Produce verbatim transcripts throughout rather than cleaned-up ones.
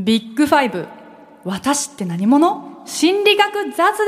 ビッグファイブ、私って何者？心理学雑談。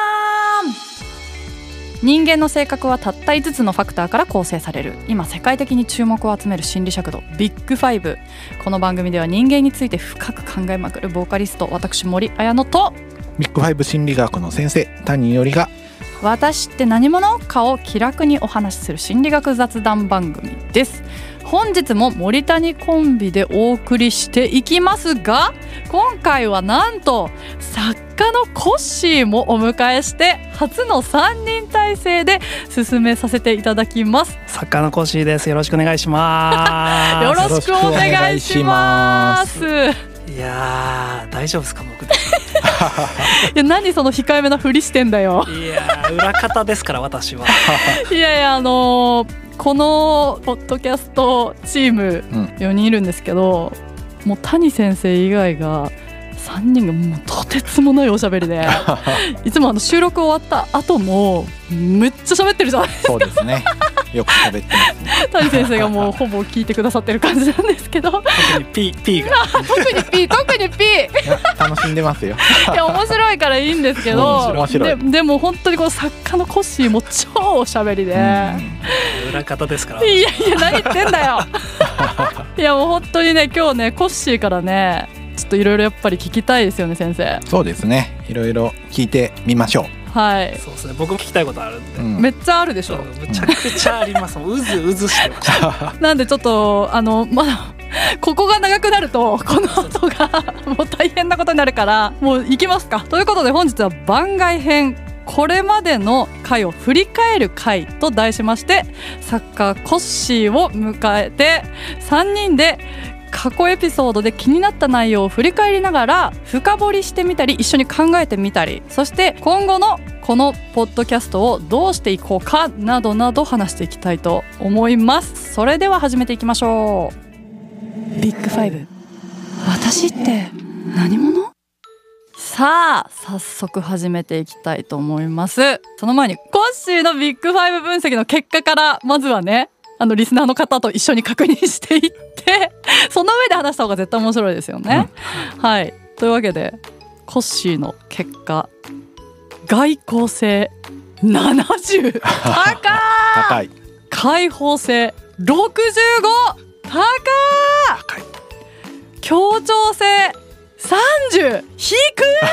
人間の性格はたったいつつのファクターから構成される。今世界的に注目を集める心理尺度、ビッグファイブ。この番組では人間について深く考えまくるボーカリスト、私森彩乃とビッグファイブ心理学の先生谷よりが、 私って何者かを気楽にお話しする心理学雑談番組です。本日も森谷コンビでお送りしていきますが、今回はなんと作家のコッシーもお迎えして初のさんにん体制で進めさせていただきます。 作家のコッシーです。よろしくお願いしますよろしくお願いします。 いやー大丈夫ですか僕でいや何その控えめなふりしてんだよ。 いやー裏方ですから私はいやいやあのー、このポッドキャストチームよにんいるんですけど、うん、もう谷先生以外がさんにんがもうとてつもないおしゃべりでいつもあの収録終わった後もめっちゃ喋ってるじゃないですか。 そうですね、よく喋ってますね。 谷先生がもうほぼ聞いてくださってる感じなんですけど特に P, P が特に P 特に P 楽しんでますよ。 いや面白いからいいんですけど、 面白い。 で, でも本当にこの作家のコッシーも超おしゃべりで、 裏方ですから。 いやいや何言ってんだよいやもう本当にね今日ねコッシーからねちょっといろいろやっぱり聞きたいですよね先生。 そうですね、いろいろ聞いてみましょう。 はい、 そうですね、僕も聞きたいことあるんで、うん、 めっちゃあるでしょ。 めちゃくちゃあります。もううずうずしてましたなんでちょっとあのまだここが長くなるとこの後がもう大変なことになるからもう行きますか。ということで本日は番外編、これまでの回を振り返る回と題しまして、作家コッシーを迎えてさんにんで過去エピソードで気になった内容を振り返りながら深掘りしてみたり一緒に考えてみたり、そして今後のこのポッドキャストをどうしていこうかなどなど話していきたいと思います。それでは始めていきましょう。ビッグファイブ、私って何者？さあ早速始めていきたいと思います。その前にコッシーのビッグファイブ分析の結果からまずはね、あのリスナーの方と一緒に確認していってその上で話した方が絶対面白いですよね、うん、はい。というわけでコッシーの結果、外向性ななじゅう高高い。 開放性ろくじゅうご高高い。 協調性さんじゅう低い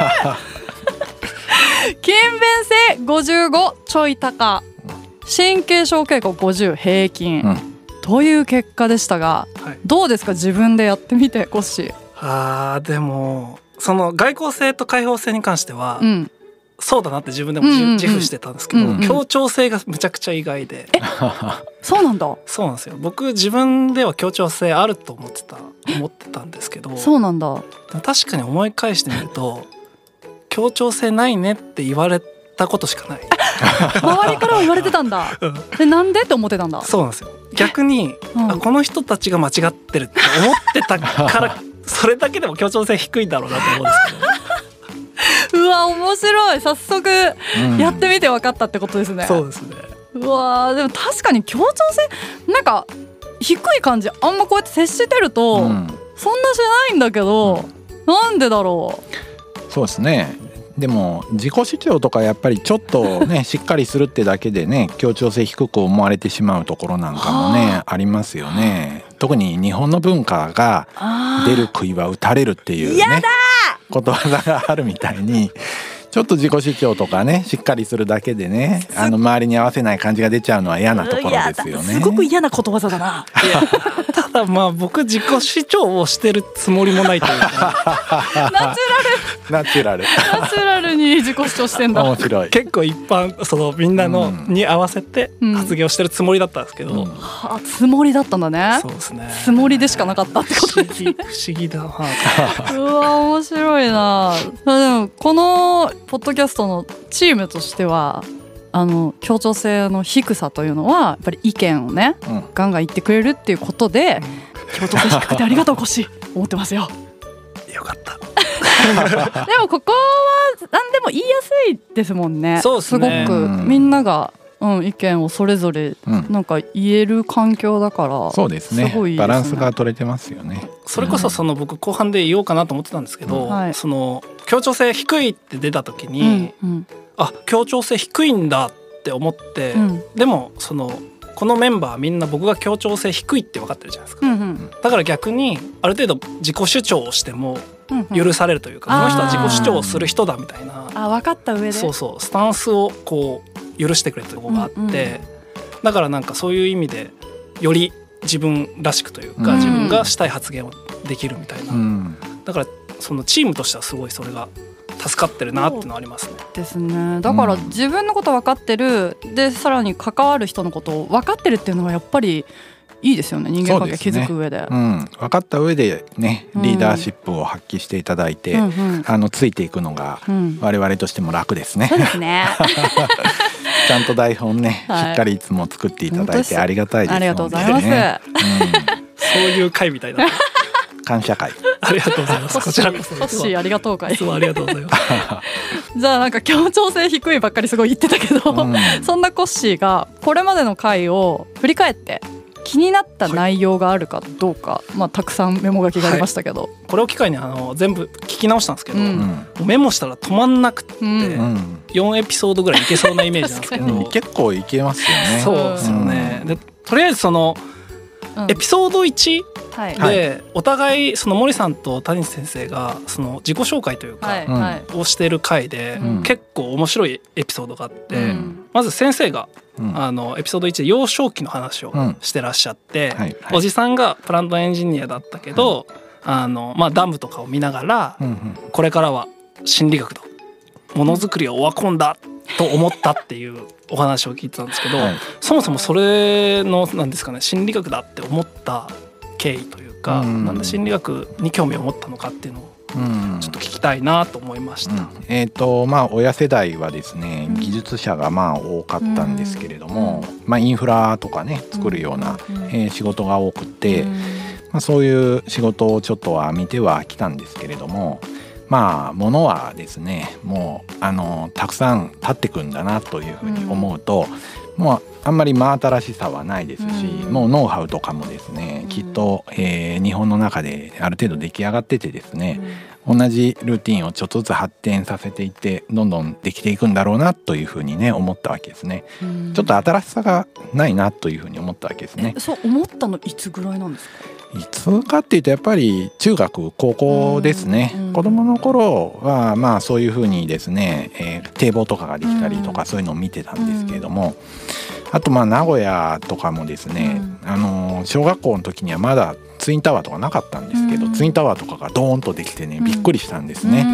勤勉性ごじゅうごちょい高、神経症傾向ごじゅう平均、うん、という結果でしたが、はい、どうですか自分でやってみてコッシー。 あーでもその外向性と開放性に関しては、うん、そうだなって自分でも自負してたんですけど、うんうんうん、協調性がむちゃくちゃ意外で。 えそうなんだ。 そうなんですよ。僕自分では協調性あると思ってた思ってたんですけど、 そうなんだ。 確かに思い返してみると協調性ないねって言われたことしかない。 周りからは言われてたんだ、うん、でなんでって思ってたんだ。 そうなんですよ。逆に、うん、あこの人たちが間違ってるって思ってたからそれだけでも協調性低いんだろうなと思うんですけどうわ面白い。早速やってみて分かったってことですね、うん、 そうですね。 うわでも確かに協調性なんか低い感じ、あんまこうやって接してると、うん、そんなしないんだけど、うん、なんでだろう。そうですね。でも自己主張とかやっぱりちょっとねしっかりするってだけでね協調性低く思われてしまうところなんかもねありますよね。特に日本の文化が出る杭は打たれるっていうねことわざがあるみたいに、ちょっと自己主張とかねしっかりするだけでねあの周りに合わせない感じが出ちゃうのは嫌なところですよね。 すごく嫌なことわざだな。 ただまあ僕自己主張をしてるつもりもないというかナチュラルナチュラルナチュラルに自己主張してんだ。 面白い。 結構一般そのみんなのに合わせて発言をしてるつもりだったんですけど、うんうん、 はあ、つもりだったんだね。 そうですね。 つもりでしかなかったってことですね。 不思議だなうわ面白いな。でもこのポッドキャストのチームとしてはあの協調性の低さというのはやっぱり意見をね、うん、ガンガン言ってくれるっていうことで、うん、協調性低くてありがとうコッシー思ってますよ。 よかったでもここは何でも言いやすいですもんね。 そうですね。 すごくみんながうん、意見をそれぞれなんか言える環境だから、 うん、そうですね、すごいいいですね。バランスが取れてますよね。 それこそその僕後半で言おうかなと思ってたんですけど、うんはい、その協調性低いって出た時に、うんうん、あ協調性低いんだって思って、うん、でもそのこのメンバーみんな僕が協調性低いって分かってるじゃないですか、うんうん、だから逆にある程度自己主張をしても許されるというか、うんうん、この人は自己主張をする人だみたいな、 あ分かった上でそうそうスタンスをこう許してくれるところがあって、うんうん、だからなんかそういう意味でより自分らしくというか、うん、自分がしたい発言をできるみたいな、うん、だからそのチームとしてはすごいそれが助かってるなっていうのはありますね。 ですね。だから自分のこと分かってる、でさらに関わる人のことを分かってるっていうのはやっぱりいいですよね、人間関係築く上で。 そうですね、うん、分かった上でねリーダーシップを発揮していただいて、うんうん、あのついていくのが我々としても楽ですね。 そうですねちゃんと台本ね、はい、しっかりいつも作っていただいてありがたいです、ね、 ありがとうございます、うん、 そういう会みたいな感謝会ありがとうございます。こちらこそホッシーありがとう会いつもありがとうございますじゃあなんか協調性低いばっかりすごい言ってたけど、うん、そんなコッシーがこれまでの回を振り返って気になった内容があるかどうか、はい、まあ、たくさんメモ書きがありましたけど、はい、 これを機会にあの全部聞き直したんですけど、うん、メモしたら止まんなくて、うん、よんエピソードぐらいいけそうなイメージなんですけど、 うん、結構いけますよね。 そうですよね、うん、でとりあえずその、うん、エピソードいちでお互いその森さんと谷先生がその自己紹介というか、はい、をしてる回で、うん、結構面白いエピソードがあって、うん、まず先生がうん、あのエピソードいちで幼少期の話をしてらっしゃって、うんはいはい、おじさんがプラントエンジニアだったけど、はい、あのまあ、ダムとかを見ながら、うんうん、これからは心理学とものづくりをオワコンだと思ったっていうお話を聞いてたんですけど、はい、そもそもそれのなんですかね、心理学だって思った経緯というか、うん、なんで心理学に興味を持ったのかっていうのをちょっと聞きたいなと思いました、うん、 えーとまあ、親世代はですね、技術者がまあ多かったんですけれども、うんまあ、インフラとかね作るような、うんえー、仕事が多くて、うんまあ、そういう仕事をちょっとは見てはきたんですけれども、まあものはですねもうあのたくさん経ってくんだなというふうに思うと、うん、もうあんまり真新しさはないですし、うん、もうノウハウとかもですね、うん、きっと、えー、日本の中である程度出来上がっててですね、うん、同じルーティンをちょっとずつ発展させていってどんどんできていくんだろうなというふうにね思ったわけですね、うん、ちょっと新しさがないなというふうに思ったわけですね。 そう思ったのいつぐらいなんですか？ いつかっていうとやっぱり中学高校ですね、うんうん、子供の頃はまあそういうふうにですね、えー、堤防とかができたりとかそういうのを見てたんですけれども、うん、あとまあ名古屋とかもですね、うん、あの小学校の時にはまだツインタワーとかなかったんですけど、うん、ツインタワーとかがドーンとできてねびっくりしたんですね、うん、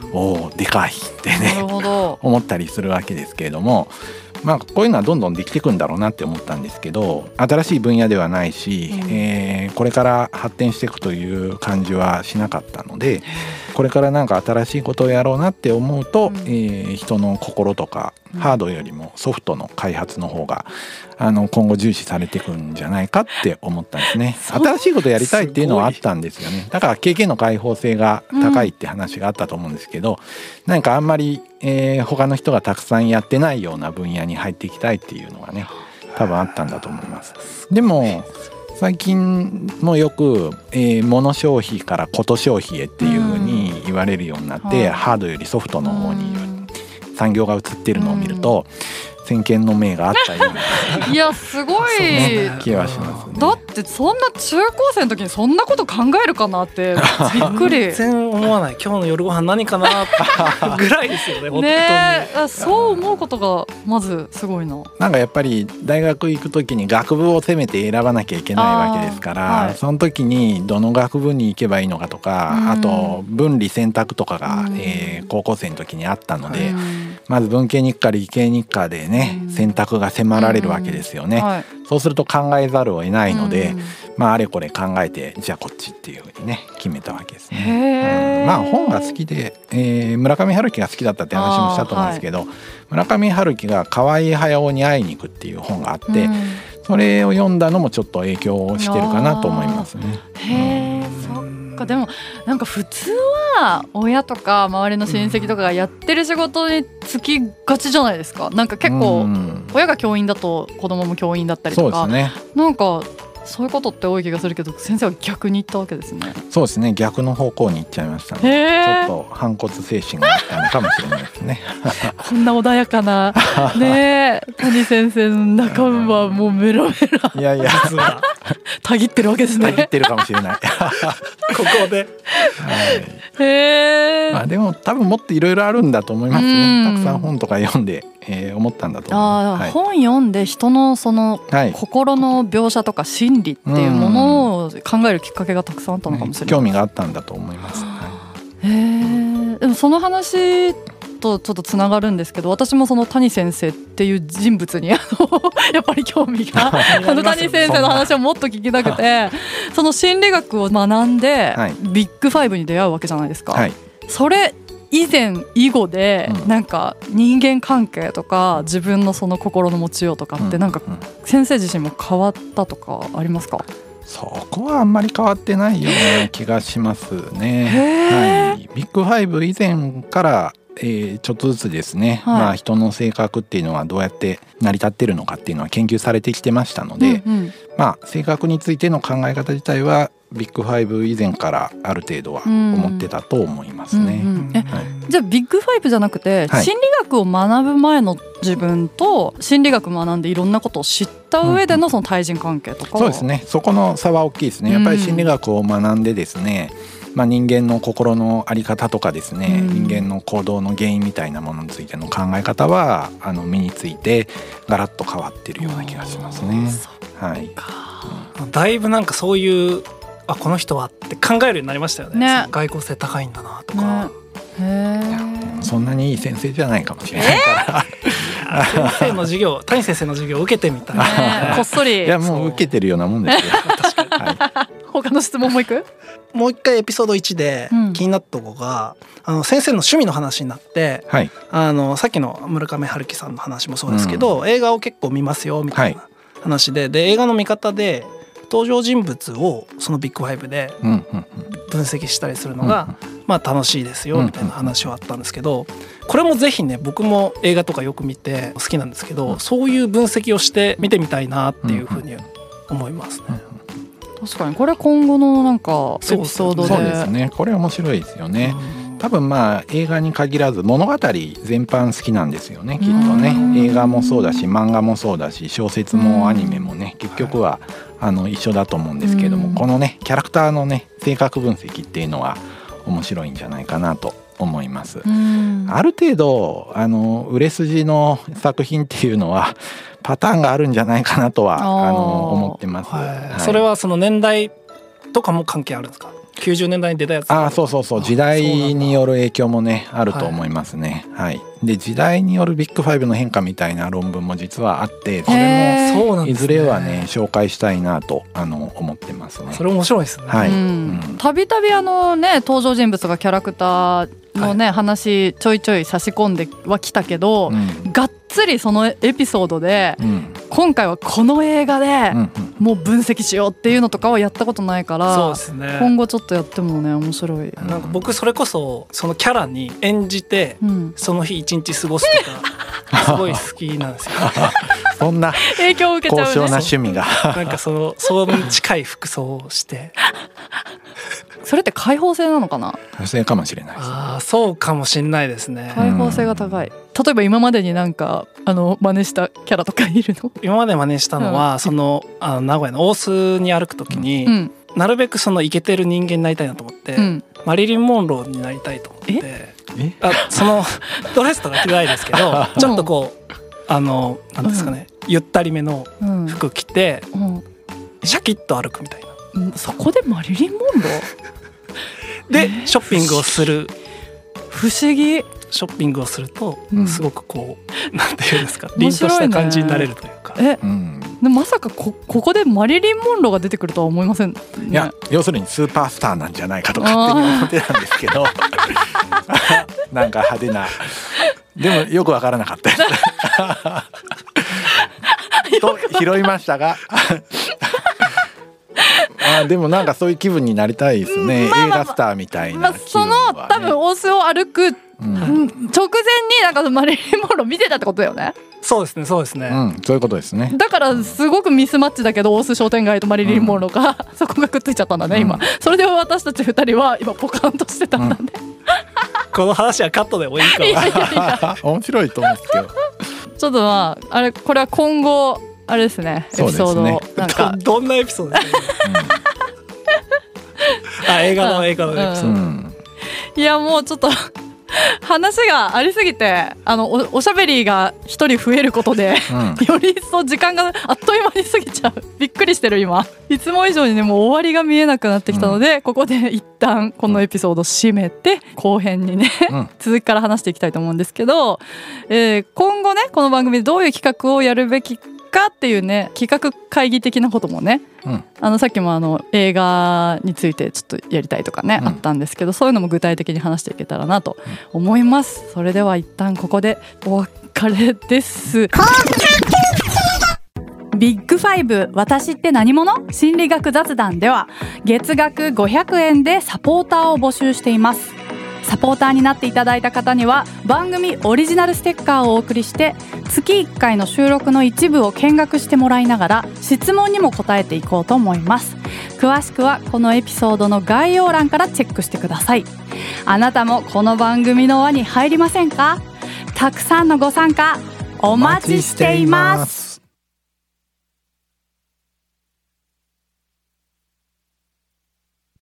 おーでかいってね思ったりするわけですけれども、まあ、こういうのはどんどんできていくんだろうなって思ったんですけど、新しい分野ではないし、うんえー、これから発展していくという感じはしなかったので、これからなんか新しいことをやろうなって思うと、うんえー、人の心とかハードよりもソフトの開発の方があの今後重視されていくんじゃないかって思ったんですね。新しいことやりたいっていうのはあったんですよね。だから経験の開放性が高いって話があったと思うんですけど、うん、なんかあんまり、えー、他の人がたくさんやってないような分野に入っていきたいっていうのがね多分あったんだと思います。でも最近もよく、えー、物消費からこと消費へっていうふうに言われるようになって、うん、ハードよりソフトの方に産業が移っているのを見ると、うん、先見の明があったようないやすごい、 ね、気はしますね。 だってそんな中高生の時にそんなこと考えるかなってびっくり全然思わない。今日の夜ご飯何かなぐらいですよね本当にね。そう思うことがまずすごいな。 なんかやっぱり大学行く時に学部をせめて選ばなきゃいけないわけですから、はい、その時にどの学部に行けばいいのかとか、うん、あと分離選択とかが、うんえー、高校生の時にあったので、うん、まず文系に行くか理系に行くかでね、うん、選択が迫られるわけですよね、うんはい、そうすると考えざるを得ないので、うんまあ、あれこれ考えてじゃあこっちっていうふうにね決めたわけですね、うん、まあ本が好きで、えー、村上春樹が好きだったって話もしたと思うんですけど、はい、村上春樹が河合駿に会いに行くっていう本があって、うん、それを読んだのもちょっと影響してるかなと思いますね。 へー、うん、そっか。でもなんか普通は親とか周りの親戚とかがやってる仕事に就つきがちじゃないですか。なんか結構親が教員だと子供も教員だったりとか、 そうですね、 なんかそういうことって多い気がするけど、先生は逆に言ったわけですね。 そうですね、逆の方向に行っちゃいましたね。ちょっと反骨精神があったのかもしれないですねこんな穏やかなねえ谷先生の中身はもうメラメラいやいやたぎってるわけですね。 たぎってるかもしれないここで、 はい、へえ、 まあ、でも多分もっといろいろあるんだと思いますね。たくさん本とか読んで、えー、思ったんだと思います。 あ、はい、本読んで人のその心の描写とか心理っていうものを考えるきっかけがたくさんあったのかもしれない、 興味があったんだと思います、はい、 へえ。でもその話とちょっとつながるんですけど、私もその谷先生っていう人物にあのやっぱり興味があの谷先生の話をもっと聞きたくてその心理学を学んで、はい、ビッグファイブに出会うわけじゃないですか、はい、それ以前以後で、うん、なんか人間関係とか自分のその心の持ちようとかってなんか先生自身も変わったとかありますか？ そこはあんまり変わってないような気がしますね、はい、ビッグファイブ以前からえー、ちょっとずつですね、はい、まあ、人の性格っていうのはどうやって成り立ってるのかっていうのは研究されてきてましたので、うんうん、まあ、性格についての考え方自体はビッグファイブ以前からある程度は思ってたと思いますね、うんうん、え、 はい、じゃあビッグファイブじゃなくて、はい、心理学を学ぶ前の自分と心理学学んでいろんなことを知った上でのその対人関係とか、 うんうん、そうですね、そこの差は大きいですね。やっぱり心理学を学んでですね、まあ、人間の心の在り方とかですね、うん、人間の行動の原因みたいなものについての考え方はあの身についてガラッと変わってるような気がしますね。はい、 うん、だいぶなんかそういうあこの人はって考えるようになりましたよ ね, ね外交性高いんだなとか、 ね、 へそんなにいい先生じゃないかもしれないから、 えー、先生の授業谷先生の授業を受けてみたいな、 ね、こっそりいやもう受けてるようなもんですよ確かに、 はい、他の質問もいく？ もう一回エピソードいちで気になったとこが、うん、あの先生の趣味の話になって、はい、あのさっきの村上春樹さんの話もそうですけど、うん、映画を結構見ますよみたいな話で、はい、で映画の見方で登場人物をそのビッグファイブで分析したりするのが、うんうん、まあ楽しいですよみたいな話はあったんですけど、これもぜひね僕も映画とかよく見て好きなんですけど、そういう分析をして見てみたいなっていうふうに思いますね。 確かにこれ今後のなんかエピソードで、 そうですね、これ面白いですよね。多分まあ映画に限らず物語全般好きなんですよね、きっとね。映画もそうだし漫画もそうだし小説もアニメもね、結局はあの一緒だと思うんですけれども、このねキャラクターのね性格分析っていうのは面白いんじゃないかなと思います。ある程度あの売れ筋の作品っていうのはパターンがあるんじゃないかなとはあの思ってます、はいはい、それはその年代とかも関係あるんですか？きゅうじゅうねんだいに出たやつ。 あ、そうそうそう、時代による影響もねあると思いますね、はい、はい、で時代によるビッグファイブの変化みたいな論文も実はあって、それもいずれはね紹介したいなとあの思ってますね。 それ面白いですね。 はい、 たびたびあのね登場人物がキャラクターのね、はい、話ちょいちょい差し込んではきたけど、うん、がっつりそのエピソードで、うん、今回はこの映画でもう分析しようっていうのとかはやったことないから、 そうですね、 今後ちょっとやってもね面白い。 なんか僕それこそそのキャラに演じて、うん、その日一日過ごすとかすごい好きなんですよそんな影響を受けちゃうね、 高尚な趣味がなんかそのその近い服装をしてそれって開放性なのかな？ 開放性かもしれないです、ね、 あ、そうかもしれないですね。 開放性が高い。例えば今までになんかあの真似したキャラとかいるの？ 今まで真似したのは、うん、そのあの名古屋の大須に歩くときに、うん、なるべくそのイケてる人間になりたいなと思って、うん、マリリン・モンローになりたいと思って、えあそのドレスとか着ないですけどちょっとこうあのなんですかね、うん、ゆったりめの服着て、うんうん、シャキッと歩くみたいな。 そこでマリリン・モンローでショッピングをする。 不思議。 ショッピングをするとすごくこう、うん、なんていうんですか、凛とした感じになれるというか、 え、うん、でまさか こ, ここでマリリン・モンローが出てくるとは思いません、ね、 いや要するにスーパースターなんじゃないかと勝手に思ってたんですけどなんか派手な、でもよくわからなかったですと拾いましたがあ、でもなんかそういう気分になりたいですね、まあまあまあ、映画スターみたいな気分は、ね、 まあ、その多分大須を歩くうん、直前になんかマリリン・モンロー見てたってことだよね。 そうですねそうですね、 うん、そういうことですね。 だからすごくミスマッチだけど大須商店街とマリリン・モンローが、うん、そこがくっついちゃったんだね今、うん、それで私たちふたりは今ポカンとしてたんだね、うん、 この話はカットでもいいかも。いやいやいや面白いと思うんですけどちょっとまああれこれは今後あれですねエピソード、ね、なんかど, どんなエピソードですか、うん、あ映画の映画のエピソード、うん、 いやもうちょっと話がありすぎてあの お, おしゃべりが一人増えることで、うん、より一層時間があっという間に過ぎちゃう。びっくりしてる今。いつも以上にねもう終わりが見えなくなってきたので、うん、ここで一旦このエピソード締めて後編にね、うん、続きから話していきたいと思うんですけど、えー、今後ねこの番組でどういう企画をやるべきかっていうね企画会議的なこともね、うん、あのさっきもあの映画についてちょっとやりたいとかね、うん、あったんですけどそういうのも具体的に話していけたらなと思います。それでは一旦ここでお別れです。ビッグファイブ私って何者？心理学雑談では月額ごひゃくえんでサポーターを募集しています。サポーターになっていただいた方には番組オリジナルステッカーをお送りして月いっかいの収録の一部を見学してもらいながら質問にも答えていこうと思います。詳しくはこのエピソードの概要欄からチェックしてください。あなたもこの番組の輪に入りませんか？たくさんのご参加お待ちしています。